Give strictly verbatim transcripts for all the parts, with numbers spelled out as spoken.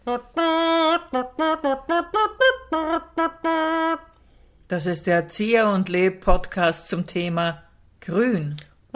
Das ist der Erzieher und Leb Podcast zum Thema Grün.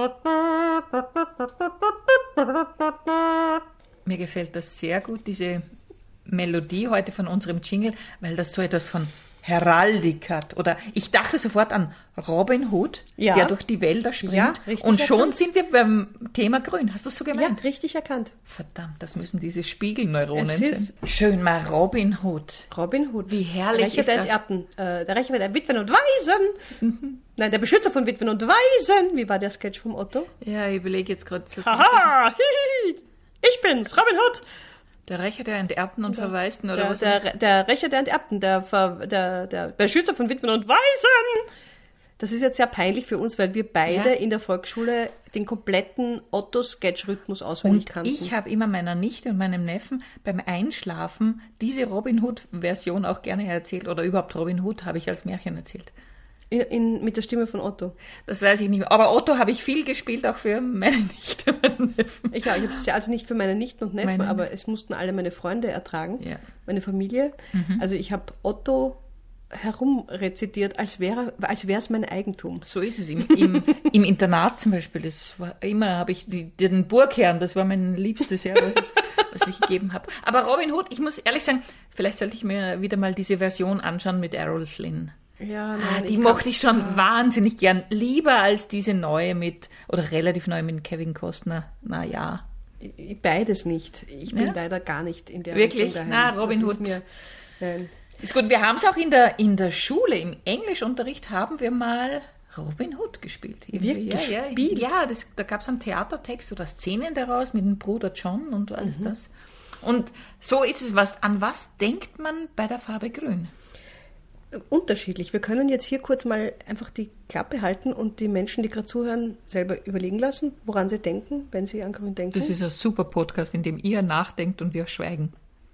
Mir gefällt das sehr gut, diese Melodie heute von unserem Jingle, weil das so etwas von Heraldik hat. Oder ich dachte sofort an Robin Hood, ja. der durch die Wälder springt. Ja, richtig und schon erkannt. sind wir beim Thema Grün. Hast du es so gemeint? Ja, richtig erkannt. Verdammt, das müssen diese Spiegelneuronen Es ist sein. Schön mal Robin Hood. Robin Hood. Wie herrlich der ist der das? Enterbten, äh, der Rächer der Witwen und Waisen. Mhm. Nein, der Beschützer von Witwen und Waisen. Wie war der Sketch vom Otto? Ja, ich überlege jetzt gerade. Haha, hihi, ich bin's, Robin Hood. Der Rächer der Enterbten und Verwaisten, oder Der, was? der, der Rächer der Enterbten, der, Ver, der, der Beschützer von Witwen und Waisen. Das ist jetzt sehr peinlich für uns, weil wir beide Ja. in der Volksschule den kompletten Otto-Sketch-Rhythmus auswendig Und kannten. ich habe immer meiner Nichte und meinem Neffen beim Einschlafen diese Robin Hood-Version auch gerne erzählt. Oder überhaupt Robin Hood habe ich als Märchen erzählt. In, in, mit der Stimme von Otto. Das weiß ich nicht mehr. Aber Otto habe ich viel gespielt, auch für meine Nichte und meinen Neffen. Ich, ja, ich habe es ja also nicht für meine Nichten und Neffen, Meine- aber es mussten alle meine Freunde ertragen, Ja. meine Familie. Also ich habe Otto herumrezitiert, als wäre als wäre es mein Eigentum. So ist es. Im, im, im Internat zum Beispiel, das war immer, habe ich die, den Burgherrn, das war mein liebstes Jahr, was ich, was ich gegeben habe. Aber Robin Hood, ich muss ehrlich sagen, vielleicht sollte ich mir wieder mal diese Version anschauen mit Errol Flynn. Ja, Ah, die mochte ich schon wahnsinnig gern. Lieber als diese neue mit, oder relativ neu mit Kevin Costner. Na ja. Ich- Beides nicht. Ich bin Ja? leider gar nicht in der Wirklich? Richtung Na, daheim. Robin Das Hood. ist mir, nein. Ist gut, wir haben es auch in der, in der Schule, im Englischunterricht haben wir mal Robin Hood gespielt. Irgendwie. Wir ja, gespielt? Ja, ja das, da gab es einen Theatertext oder Szenen daraus mit dem Bruder John und alles das. Und so ist es. Was, an was denkt man bei der Farbe Grün? Unterschiedlich. Wir können jetzt hier kurz mal einfach die Klappe halten und die Menschen, die gerade zuhören, selber überlegen lassen, woran sie denken, wenn sie an Grün denken. Das ist ein super Podcast, in dem ihr nachdenkt und wir schweigen.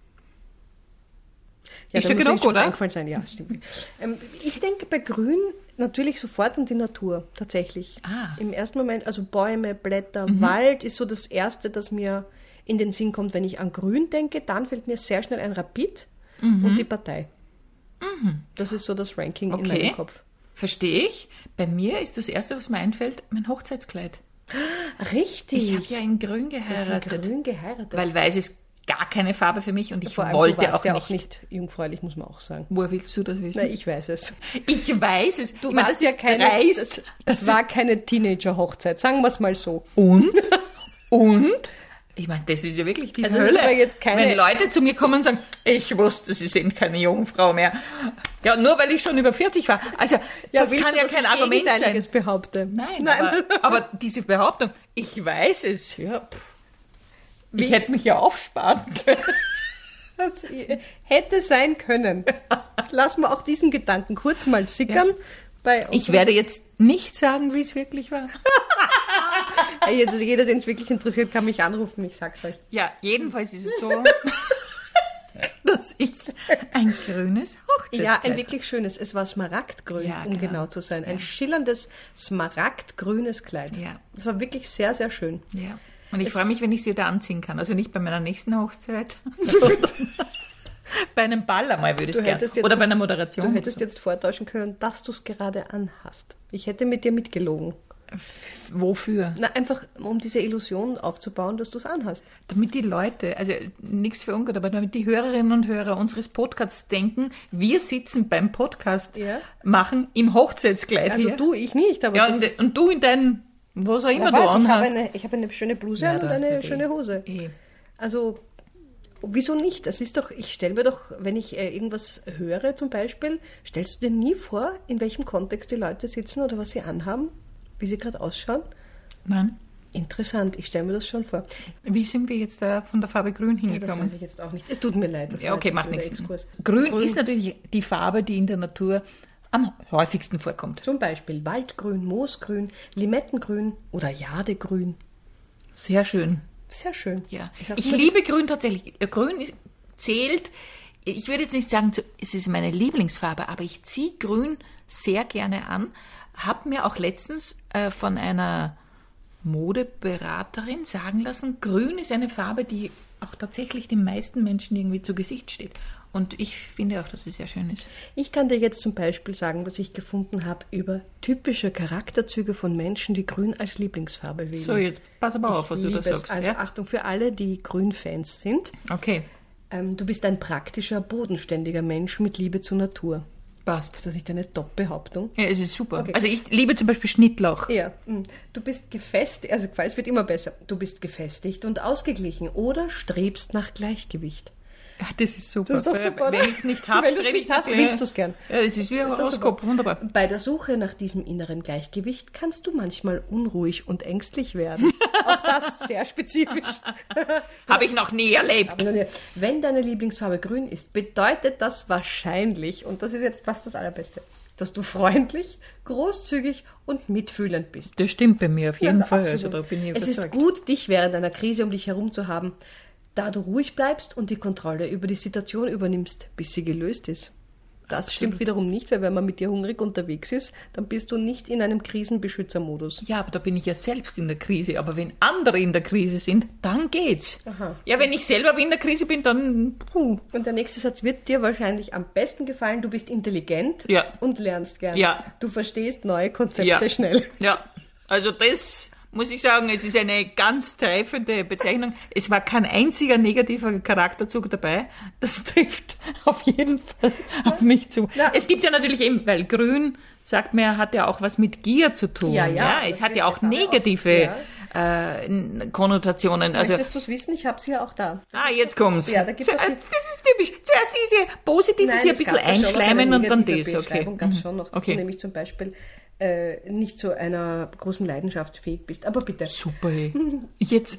Ja, Ist da ja muss genug, euch schon oder? eingefallen sein, ja, stimmt. ähm, ich denke bei Grün natürlich sofort an die Natur, tatsächlich. Ah. Im ersten Moment, also Bäume, Blätter, Wald ist so das Erste, das mir in den Sinn kommt, wenn ich an Grün denke. Dann fällt mir sehr schnell ein Rapid und die Partei. Das ist so das Ranking in Okay. meinem Kopf. Verstehe ich. Bei mir ist das Erste, was mir einfällt, mein Hochzeitskleid. Richtig. Ich habe ja in Grün Du hast in geheiratet. Grün geheiratet. Weil weiß ist gar keine Farbe für mich und ich Vor allem, wollte du warst auch, ja nicht. auch nicht jungfräulich, muss man auch sagen. Woher willst du das wissen? Na, ich weiß es. Ich weiß es. Du Ich meine, warst das ja ist keine, dreist. das, das war keine Teenager-Hochzeit, sagen wir es mal so. Und? Und? Ich meine, das ist ja wirklich die Also das ist Hölle. aber jetzt keine- Wenn Leute zu mir kommen und sagen, ich wusste, sie sind keine Jungfrau mehr. Ja, nur weil ich schon über vierzig war. Also, das willst kann du, ja dass kein ich Argument sein. Gegenteiliges behaupte. Nein, Nein. Aber, aber diese Behauptung, ich weiß es, ja, pff. Ich Wie- hätte mich ja aufsparen können. Das hätte sein können. Lassen wir auch diesen Gedanken kurz mal sickern. Ja. Bei Ich werde jetzt nicht sagen, wie es wirklich war. Jetzt, jeder, den es wirklich interessiert, kann mich anrufen, ich sag's euch. Ja, jedenfalls ist es so, dass ich ein grünes Hochzeitskleid Ja, ein wirklich schönes. Es war smaragdgrün, Ja, um genau. genau zu sein. Ein Ja. schillerndes smaragdgrünes Kleid. Ja. Es war wirklich sehr, sehr schön. Ja. Und ich Es- freue mich, wenn ich sie wieder anziehen kann. Also nicht bei meiner nächsten Hochzeit, sondern bei einem Ball einmal würde ich es Du gerne. hättest jetzt Oder so- bei einer Moderation. Du hättest so. jetzt vortäuschen können, dass du es gerade anhast. Ich hätte mit dir mitgelogen. Wofür? Na, einfach um diese Illusion aufzubauen, dass du es anhast. Damit die Leute, also nichts für ungut, aber damit die Hörerinnen und Hörer unseres Podcasts denken, wir sitzen beim Podcast Ja. machen im Hochzeitskleid Also hier. du, ich nicht, aber ja, das und, ist, und du in deinem, was auch immer wer du weiß, ich habe anhast. eine, ich habe eine schöne Bluse Ja, an da und hast eine du die. schöne Hose. Eh. Also, wieso nicht? Das ist doch, ich stelle mir doch, wenn ich äh, irgendwas höre zum Beispiel, stellst du dir nie vor, in welchem Kontext die Leute sitzen oder was sie anhaben, wie sie gerade ausschauen? Nein. Interessant, ich stelle mir das schon vor. Wie sind wir jetzt da von der Farbe Grün Ja, das hingekommen? weiß ich jetzt auch nicht. Es tut mir leid. Das Ja, war okay, jetzt ein macht blöder nichts. Exkurs. Grün, Grün. ist natürlich die Farbe, die in der Natur am häufigsten vorkommt. Zum Beispiel Waldgrün, Moosgrün, Limettengrün oder Jadegrün. Sehr schön. Sehr schön. Ja. Ich sag Ich immer- liebe Grün tatsächlich. Grün ist, zählt, ich würde jetzt nicht sagen, zu- es ist meine Lieblingsfarbe, aber ich ziehe Grün sehr gerne an. Habe mir auch letztens äh, von einer Modeberaterin sagen lassen, Grün ist eine Farbe, die auch tatsächlich den meisten Menschen irgendwie zu Gesicht steht. Und ich finde auch, dass es sehr schön ist. Ich kann dir jetzt zum Beispiel sagen, was ich gefunden habe über typische Charakterzüge von Menschen, die Grün als Lieblingsfarbe wählen. So, jetzt pass aber auf, Ich was du da liebe es. sagst. Also ja? Achtung für alle, die Grün-Fans sind. Okay, Ähm, du bist ein praktischer, bodenständiger Mensch mit Liebe zur Natur. passt. Ist das nicht eine Top-Behauptung? Ja, es ist super. Okay. Also ich liebe zum Beispiel Schnittlauch. Ja, mm. Du bist gefestigt, also es wird immer besser. Du bist gefestigt und ausgeglichen oder strebst nach Gleichgewicht. Ja, das ist super. Das ist doch super, Wenn oder? ich es nicht habe, Wenn du es nicht hast, willst du es gern. Ja, es ist wie ein Das ist doch Horoskop, wunderbar. Bei der Suche nach diesem inneren Gleichgewicht kannst du manchmal unruhig und ängstlich werden. Auch das sehr spezifisch. Habe ich noch nie erlebt. Wenn deine Lieblingsfarbe grün ist, bedeutet das wahrscheinlich, und das ist jetzt fast das Allerbeste, dass du freundlich, großzügig und mitfühlend bist. Das stimmt bei mir auf jeden Ja, Fall. absolut. Also da bin ich es ist überzeugt. gut, dich während einer Krise um dich herum zu haben, da du ruhig bleibst und die Kontrolle über die Situation übernimmst, bis sie gelöst ist. Das Absolut. stimmt wiederum nicht, weil wenn man mit dir hungrig unterwegs ist, dann bist du nicht in einem Krisenbeschützermodus. Ja, aber da bin ich ja selbst in der Krise. Aber wenn andere in der Krise sind, dann geht's. Aha. Ja, wenn ich selber in der Krise bin, dann puh. Und der nächste Satz wird dir wahrscheinlich am besten gefallen. Du bist intelligent Ja. und lernst gern. Ja. Du verstehst neue Konzepte Ja. schnell. Ja, also das muss ich sagen, es ist eine ganz treffende Bezeichnung. Es war kein einziger negativer Charakterzug dabei. Das trifft auf jeden Fall auf mich zu. Ja. Es gibt ja natürlich eben, weil Grün, sagt man ja, hat ja auch was mit Gier zu tun. Ja, ja, es das hat wird ja auch die Farbe negative auch, äh, Konnotationen. Also, Möchtest du es wissen? Ich habe sie ja auch da. ah, jetzt kommt's. Ja, da gibt's Zu- auch die- das ist typisch. Zuerst diese positiven, sie ein es bisschen gab da schon noch eine einschleimen und dann negative das. Okay. Beschreibung gab's Mhm. schon noch, dass Okay. du nämlich zum Beispiel äh, nicht zu einer großen Leidenschaft fähig bist. Aber bitte. Super. Hey. Jetzt.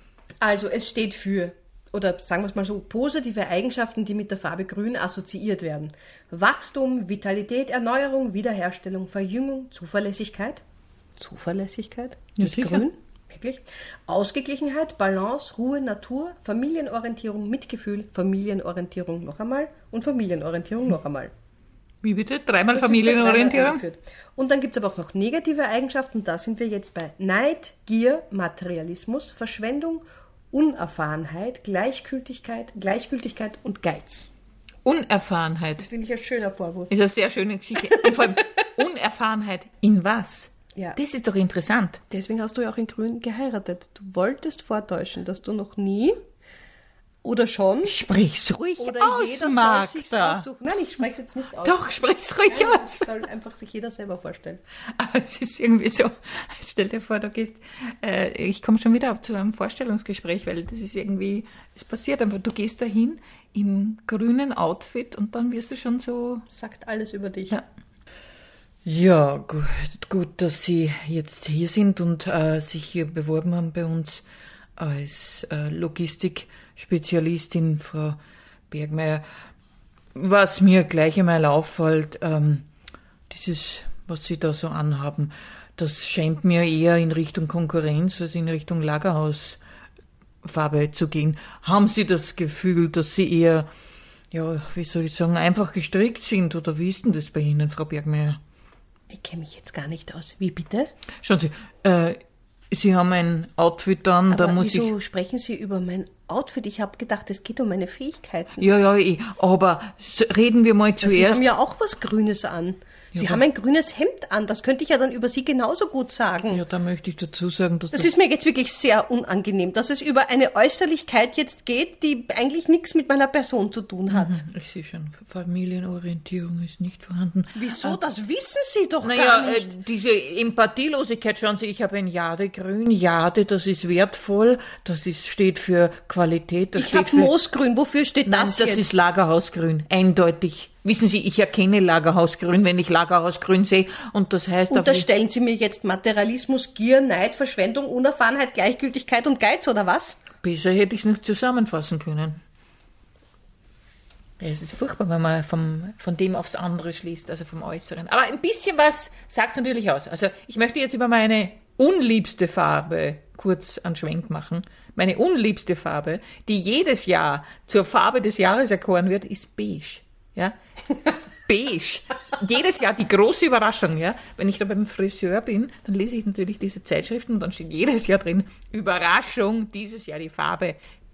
Also es steht für, oder sagen wir es mal so, positive Eigenschaften, die mit der Farbe Grün assoziiert werden. Wachstum, Vitalität, Erneuerung, Wiederherstellung, Verjüngung, Zuverlässigkeit. Zuverlässigkeit? Ja, Mit sicher. Grün? Wirklich? Ausgeglichenheit, Balance, Ruhe, Natur, Familienorientierung, Mitgefühl, Familienorientierung noch einmal und Familienorientierung noch einmal. Wie bitte? Dreimal Das ist Familienorientierung? der dreimal eingeführt. Und dann gibt es aber auch noch negative Eigenschaften. Da sind wir jetzt bei Neid, Gier, Materialismus, Verschwendung, Unerfahrenheit, Gleichgültigkeit, Gleichgültigkeit und Geiz. Unerfahrenheit. Finde ich ein schöner Vorwurf. Ist eine sehr schöne Geschichte. Und vor allem Unerfahrenheit in was? Ja. Das ist doch interessant. Deswegen hast du ja auch in Grün geheiratet. Du wolltest vortäuschen, dass du noch nie oder schon Sprich's ruhig oder aus, jeder soll sich's Magda. aussuchen. Nein, ich spreche es jetzt nicht aus. Doch, sprich's ruhig Nein, aus. das soll einfach sich jeder selber vorstellen. Aber es ist irgendwie so, stell dir vor, du gehst, äh, ich komme schon wieder zu einem Vorstellungsgespräch, weil das ist irgendwie, es passiert einfach, du gehst dahin im grünen Outfit und dann wirst du schon so. Sagt alles über dich. Ja. Ja, gut, gut, dass Sie jetzt hier sind und äh, sich hier beworben haben bei uns als äh, Logistikspezialistin, Frau Bergmeier. Was mir gleich einmal auffällt, ähm, dieses, was Sie da so anhaben, das scheint mir eher in Richtung Konkurrenz als in Richtung Lagerhausfarbe zu gehen. Haben Sie das Gefühl, dass Sie eher, ja, wie soll ich sagen, einfach gestrickt sind? Oder wie ist denn das bei Ihnen, Frau Bergmeier? Ich kenne mich jetzt gar nicht aus. Wie bitte? Schauen Sie, äh, Sie haben ein Outfit an, da Aber muss wieso ich... sprechen Sie über mein Outfit? Ich habe gedacht, es geht um meine Fähigkeiten. Ja, ja, eh, aber s- reden wir mal Sie zuerst... haben ja auch was Grünes an. Sie Ja, haben aber- ein grünes Hemd an. Das könnte ich ja dann über Sie genauso gut sagen. Ja, da möchte ich dazu sagen, dass Das das... ist mir jetzt wirklich sehr unangenehm, dass es über eine Äußerlichkeit jetzt geht, die eigentlich nichts mit meiner Person zu tun hat. Ich sehe schon, Familienorientierung ist nicht vorhanden. Wieso? Das wissen Sie doch Naja, gar äh, nicht. diese Empathielosigkeit, schauen Sie, ich habe ein Jadegrün. Jade, das ist wertvoll, das ist, steht für Qualität, das Ich steht habe für... Moosgrün. Wofür steht Nein, das, das jetzt? ist Lagerhausgrün, eindeutig. Wissen Sie, ich erkenne Lagerhausgrün, wenn ich Lagerhausgrün sehe. Und das heißt... auf Unterstellen Sie mir jetzt Materialismus, Gier, Neid, Verschwendung, Unerfahrenheit, Gleichgültigkeit und Geiz, oder was? Besser hätte ich es nicht zusammenfassen können. Ja, es ist furchtbar, wenn man vom, von dem aufs andere schließt, also vom Äußeren. Aber ein bisschen was sagt es natürlich aus. Also ich möchte jetzt über meine unliebste Farbe kurz einen Schwenk machen. Meine unliebste Farbe, die jedes Jahr zur Farbe des Jahres erkoren wird, ist beige. Ja? Beige. Jedes Jahr die große Überraschung. Ja? Wenn ich da beim Friseur bin, dann lese ich natürlich diese Zeitschriften und dann steht jedes Jahr drin, Überraschung, dieses Jahr die Farbe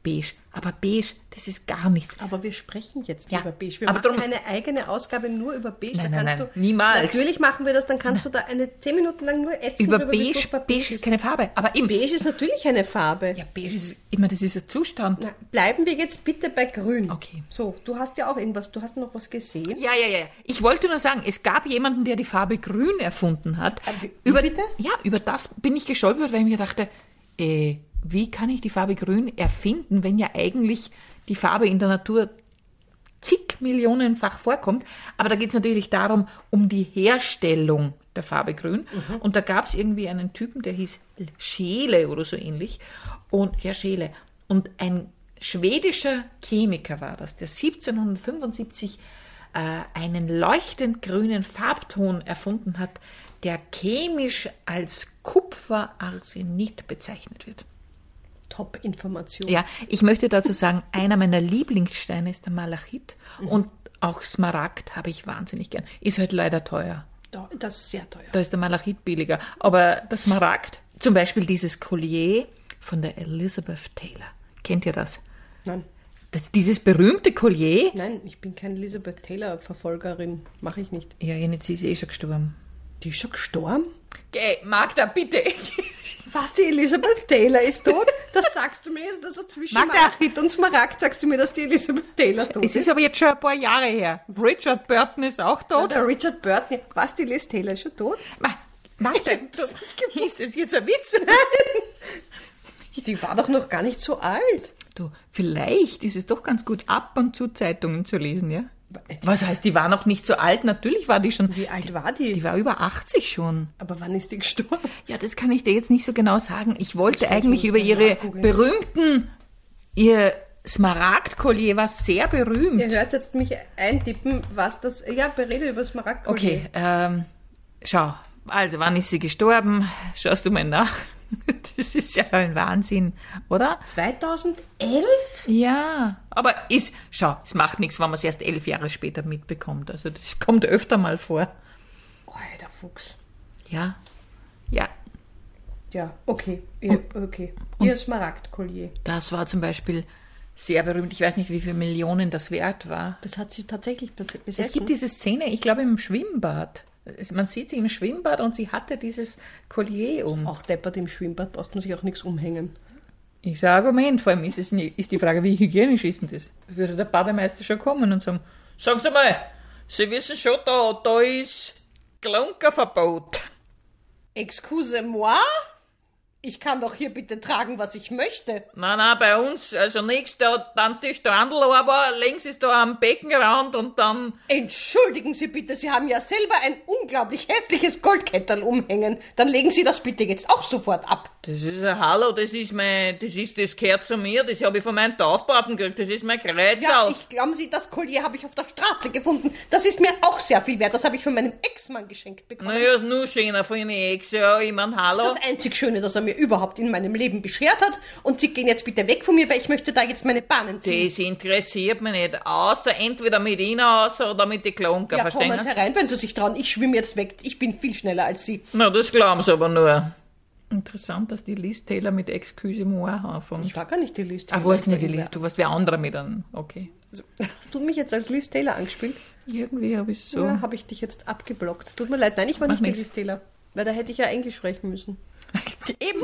beige. Aber beige, das ist gar nichts. Aber wir sprechen jetzt Ja, über beige. Wir aber machen darum- eine eigene Ausgabe nur über beige. Nein, da nein, kannst nein, du, niemals. Natürlich machen wir das, dann kannst du da eine zehn Minuten lang nur ätzen Über drüber, wie beige, furchtbar beige ist keine Farbe. Aber im Beige ist natürlich eine Farbe. Ja, beige ist immer, das ist ein Zustand. Na, bleiben wir jetzt bitte bei grün. Okay. So, du hast ja auch irgendwas, du hast noch was gesehen. Ja, ja, ja. ja. Ich wollte nur sagen, es gab jemanden, der die Farbe grün erfunden hat. wie über, bitte? Ja, über das bin ich gestolpert, weil ich mir dachte, äh, wie kann ich die Farbe grün erfinden, wenn ja eigentlich die Farbe in der Natur zig Millionenfach vorkommt. Aber da geht es natürlich darum, um die Herstellung der Farbe grün. Mhm. Und da gab es irgendwie einen Typen, der hieß Scheele oder so ähnlich. Und ja, Scheele. Und ein schwedischer Chemiker war das, der siebzehnhundertfünfundsiebzig äh, einen leuchtend grünen Farbton erfunden hat, der chemisch als Kupferarsenit bezeichnet wird. Top-Information. Ja, ich möchte dazu sagen, einer meiner Lieblingssteine ist der Malachit mhm. und auch Smaragd habe ich wahnsinnig gern. Ist halt leider teuer. Das ist sehr teuer. Da ist der Malachit billiger. Aber der Smaragd, zum Beispiel dieses Collier von der Elizabeth Taylor. Kennt ihr das? Nein. Das, dieses berühmte Collier. Nein, ich bin keine Elizabeth Taylor-Verfolgerin. Mache ich nicht. Ja, jetzt ist sie eh schon gestorben. Die ist schon gestorben? Geh, Magda, bitte. Was, die Elizabeth Taylor ist tot? Das sagst du mir jetzt also zwischen Magda. Malachit und Smaragd sagst du mir, dass die Elizabeth Taylor tot Es ist aber jetzt schon ein paar Jahre her. Richard Burton ist auch tot. Der Richard Burton. Was, die Liz Taylor ist schon tot? Ma, Magda, ist das jetzt ein Witz? Die war doch noch gar nicht so alt. Du, vielleicht ist es doch ganz gut, ab und zu Zeitungen zu lesen, ja? Was heißt, die war noch nicht so alt? Natürlich war die schon. Wie alt war die? Die war über achtzig schon. Aber wann ist die gestorben? Ja, das kann ich dir jetzt nicht so genau sagen. Ich wollte Ich eigentlich muss über mal ihre nachgoogeln. berühmten, ihr Smaragdkollier war sehr berühmt. Ihr hört jetzt mich eintippen, was das... Ja, berede über Smaragd. Okay, ähm, schau. Also, wann ist sie gestorben? Schaust du mal nach. Das ist ja ein Wahnsinn, oder? zweitausendelf? Ja, aber ist, schau, es macht nichts, wenn man es erst elf Jahre später mitbekommt. Also das kommt öfter mal vor. Oh, der Fuchs. Ja, ja. Ja, okay. Ihr, okay. Ihr Smaragdkollier. Das war zum Beispiel sehr berühmt. Ich weiß nicht, wie viele Millionen das wert war. Das hat sie tatsächlich bes- besessen. Es gibt diese Szene, ich glaube im Schwimmbad. Es- Man sieht sie im Schwimmbad und sie hatte dieses Collier um. Auch deppert im Schwimmbad, braucht man sich auch nichts umhängen. Ist ein Argument. Vor allem ist, es nie, ist die Frage, wie hygienisch ist denn das? Würde der Bademeister schon kommen und sagen, sagen Sie mal, Sie wissen schon, da, da ist Klunkerverbot. Excusez-moi? Ich kann doch hier bitte tragen, was ich möchte. Nein, nein, bei uns, also nichts, da tanzt die Strandl, aber links ist da am Beckenrand und dann... Entschuldigen Sie bitte, Sie haben ja selber ein unglaublich hässliches Goldketterl umhängen. Dann legen Sie das bitte jetzt auch sofort ab. Das ist ein Hallo, das ist mein, das ist, das gehört zu mir, das habe ich von meinem Taufpaten gekriegt, das ist mein Kreuzerl. Ja, ich glauben Sie, das Collier habe ich auf der Straße gefunden. Das ist mir auch sehr viel wert. Das habe ich von meinem Ex-Mann geschenkt bekommen. Naja, ist nur schöner von Ihnen Ex, ja, ich mein, hallo. Das einzig Schöne, das er mir überhaupt in meinem Leben beschert hat. Und Sie gehen jetzt bitte weg von mir, weil ich möchte da jetzt meine Bahnen ziehen. Das interessiert mich nicht, außer entweder mit Ihnen außer oder mit den Klunker, Ja, verstehen kommen Sie Sie? herein, wenn Sie sich trauen. Ich schwimme jetzt weg. Ich bin viel schneller als Sie. Na, das glauben Sie aber nur. Interessant, dass die Liz Taylor mit Excuse-moi anfängt. Ich war gar nicht die Liz Ah, Taylor. weißt nicht, die Liz, du warst wer anderer mit einem, okay. Hast du mich jetzt als Liz Taylor angespielt? Irgendwie habe ich so... Ja, habe ich dich jetzt abgeblockt. Es tut mir leid. Nein, ich war Macht nicht die nix. Liz Taylor. Weil da hätte ich ja Englisch sprechen müssen. Eben.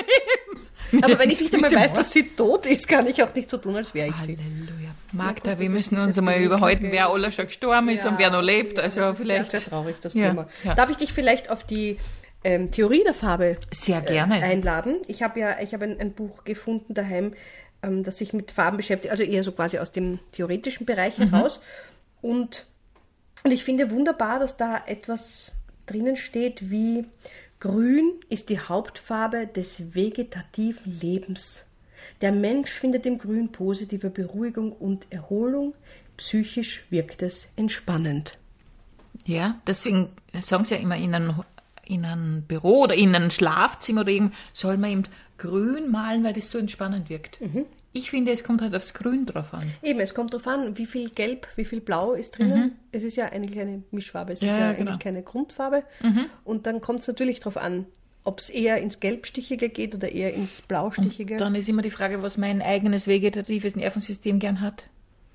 Aber wenn ich nicht einmal Excuse-moi. weiß, dass sie tot ist, kann ich auch nicht so tun, als wäre ich sie. Halleluja. Magda, Ja, gut, wir das müssen ist uns jetzt einmal übrigens überhalten, okay. wer alles schon gestorben ist und wer noch lebt. Also das ist vielleicht... sehr, sehr traurig, das Ja, Thema. ja. Darf ich dich vielleicht auf die ähm, Theorie der Farbe Sehr gerne. äh, einladen? Ich habe ja ich habe ein, ein Buch gefunden daheim, ähm, das sich mit Farben beschäftigt, also eher so quasi aus dem theoretischen Bereich Mhm. heraus. Und, und ich finde wunderbar, dass da etwas drinnen steht wie: Grün ist die Hauptfarbe des vegetativen Lebens. Der Mensch findet im Grün positive Beruhigung und Erholung. Psychisch wirkt es entspannend. Ja, deswegen sagen sie ja immer, in einem, in einem Büro oder in einem Schlafzimmer oder irgend soll man eben grün malen, weil das so entspannend wirkt. Mhm. Ich finde, es kommt halt aufs Grün drauf an. Eben, es kommt darauf an, wie viel Gelb, wie viel Blau ist drinnen. Es ist ja eigentlich eine Mischfarbe, es ist Ja, ja, ja, genau. eigentlich keine Grundfarbe. Und dann kommt es natürlich darauf an, ob es eher ins Gelbstichige geht oder eher ins Blaustichige. Und dann ist immer die Frage, was mein eigenes vegetatives Nervensystem gern hat.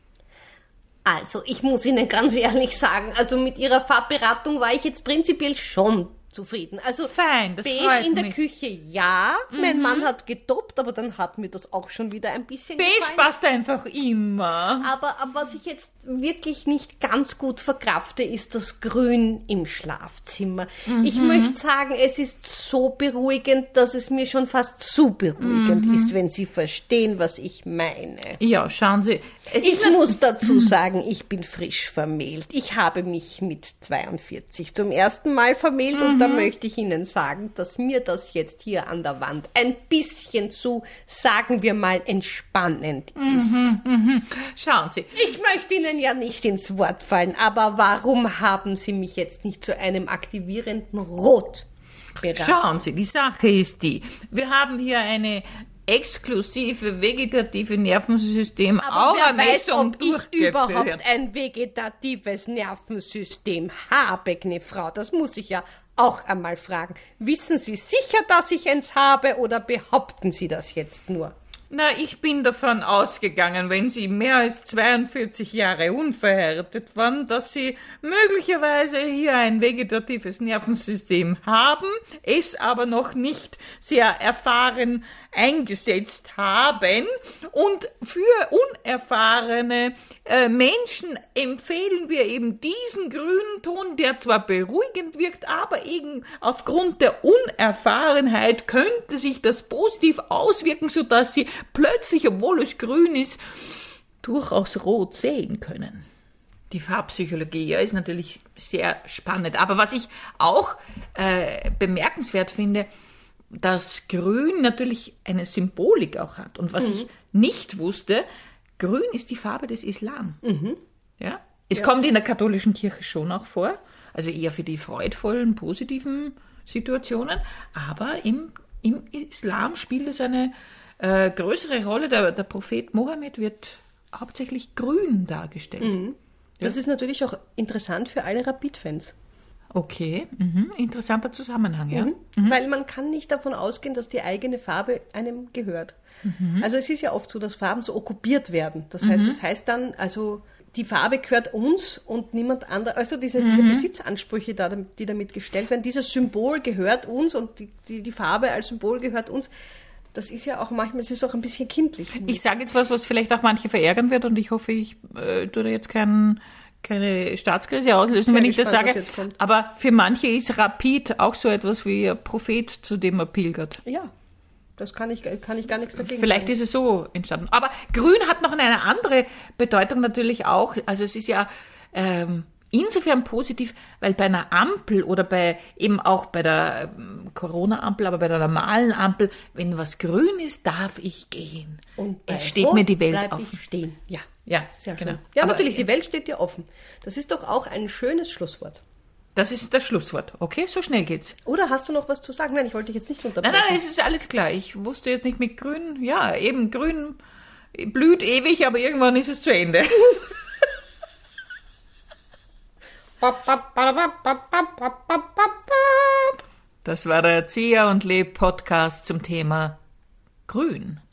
Also, ich muss Ihnen ganz ehrlich sagen, also mit Ihrer Farbberatung war ich jetzt prinzipiell schon zufrieden. Also Fein, das beige freut in der mich. Küche, ja. Mhm. Mein Mann hat getoppt, aber dann hat mir das auch schon wieder ein bisschen Beige gefallen. passt einfach immer. Aber, aber was ich jetzt wirklich nicht ganz gut verkrafte, ist das Grün im Schlafzimmer. Mhm. Ich möchte sagen, es ist so beruhigend, dass es mir schon fast zu beruhigend mhm. ist, wenn Sie verstehen, was ich meine. Ja, schauen Sie. Es Ich ist muss dazu sagen, ich bin frisch vermählt. Ich habe mich mit zweiundvierzig zum ersten Mal vermählt und da möchte ich Ihnen sagen, dass mir das jetzt hier an der Wand ein bisschen zu, sagen wir mal, entspannend ist. Mhm, mhm. Schauen Sie. Ich möchte Ihnen ja nicht ins Wort fallen, aber warum haben Sie mich jetzt nicht zu einem aktivierenden Rot beraten? Schauen Sie, die Sache ist die, wir haben hier eine exklusive vegetative Nervensystem Aber wer weiß, Aura-Messung ob ich überhaupt durchgeführt. ein vegetatives Nervensystem habe, Gnefrau. Das muss ich ja auch einmal fragen. Wissen Sie sicher, dass ich eins habe oder behaupten Sie das jetzt nur? Na, ich bin davon ausgegangen, wenn Sie mehr als zweiundvierzig Jahre unverheiratet waren, dass Sie möglicherweise hier ein vegetatives Nervensystem haben, es aber noch nicht sehr erfahren eingesetzt haben. Und für unerfahrene äh, Menschen empfehlen wir eben diesen grünen Ton, der zwar beruhigend wirkt, aber eben aufgrund der Unerfahrenheit könnte sich das positiv auswirken, sodass Sie plötzlich, obwohl es grün ist, durchaus rot sehen können. Die Farbpsychologie, ja, ist natürlich sehr spannend. Aber was ich auch äh, bemerkenswert finde, dass Grün natürlich eine Symbolik auch hat. Und was mhm. ich nicht wusste, Grün ist die Farbe des Islam. Mhm. Ja? Es ja. kommt in der katholischen Kirche schon auch vor, also eher für die freudvollen, positiven Situationen, aber im, im Islam spielt es eine äh, größere Rolle. Der, der Prophet Mohammed wird hauptsächlich grün dargestellt. Mhm. Das ja. ist natürlich auch interessant für alle Rapid-Fans. Okay, mhm. interessanter Zusammenhang, ja. Mhm. Mhm. Weil man kann nicht davon ausgehen, dass die eigene Farbe einem gehört. Mhm. Also es ist ja oft so, dass Farben so okkupiert werden. Das heißt, mhm. das heißt dann, also die Farbe gehört uns und niemand anderes. Also diese, mhm. diese Besitzansprüche, da, die damit gestellt werden, dieses Symbol gehört uns und die, die, die Farbe als Symbol gehört uns. Das ist ja auch manchmal, es ist auch ein bisschen kindlich. Ich sage jetzt was, was vielleicht auch manche verärgern wird und ich hoffe, ich äh, tue da jetzt keinen... keine Staatskrise auslösen, wenn ich gespannt, das sage. Aber für manche ist Rapid auch so etwas wie ein Prophet, zu dem man pilgert. Ja, das kann ich, kann ich gar nichts dagegen Vielleicht sagen. ist es so entstanden. Aber Grün hat noch eine andere Bedeutung natürlich auch. Also es ist ja ähm, insofern positiv, weil bei einer Ampel oder bei eben auch bei der ähm, Corona-Ampel, aber bei der normalen Ampel, wenn was grün ist, darf ich gehen. Und es steht mir die Welt offen. Ich stehen. Ja. Ja, sehr genau. schön. Ja, aber natürlich, die Welt steht dir offen. Das ist doch auch ein schönes Schlusswort. Das ist das Schlusswort. Okay, so schnell geht's. Oder hast du noch was zu sagen? Nein, ich wollte dich jetzt nicht unterbrechen. Nein, nein, es ist alles klar. Ich wusste jetzt nicht mit Grün. Ja, eben Grün blüht ewig, aber irgendwann ist es zu Ende. Das war der Erzieher und Leb Podcast zum Thema Grün.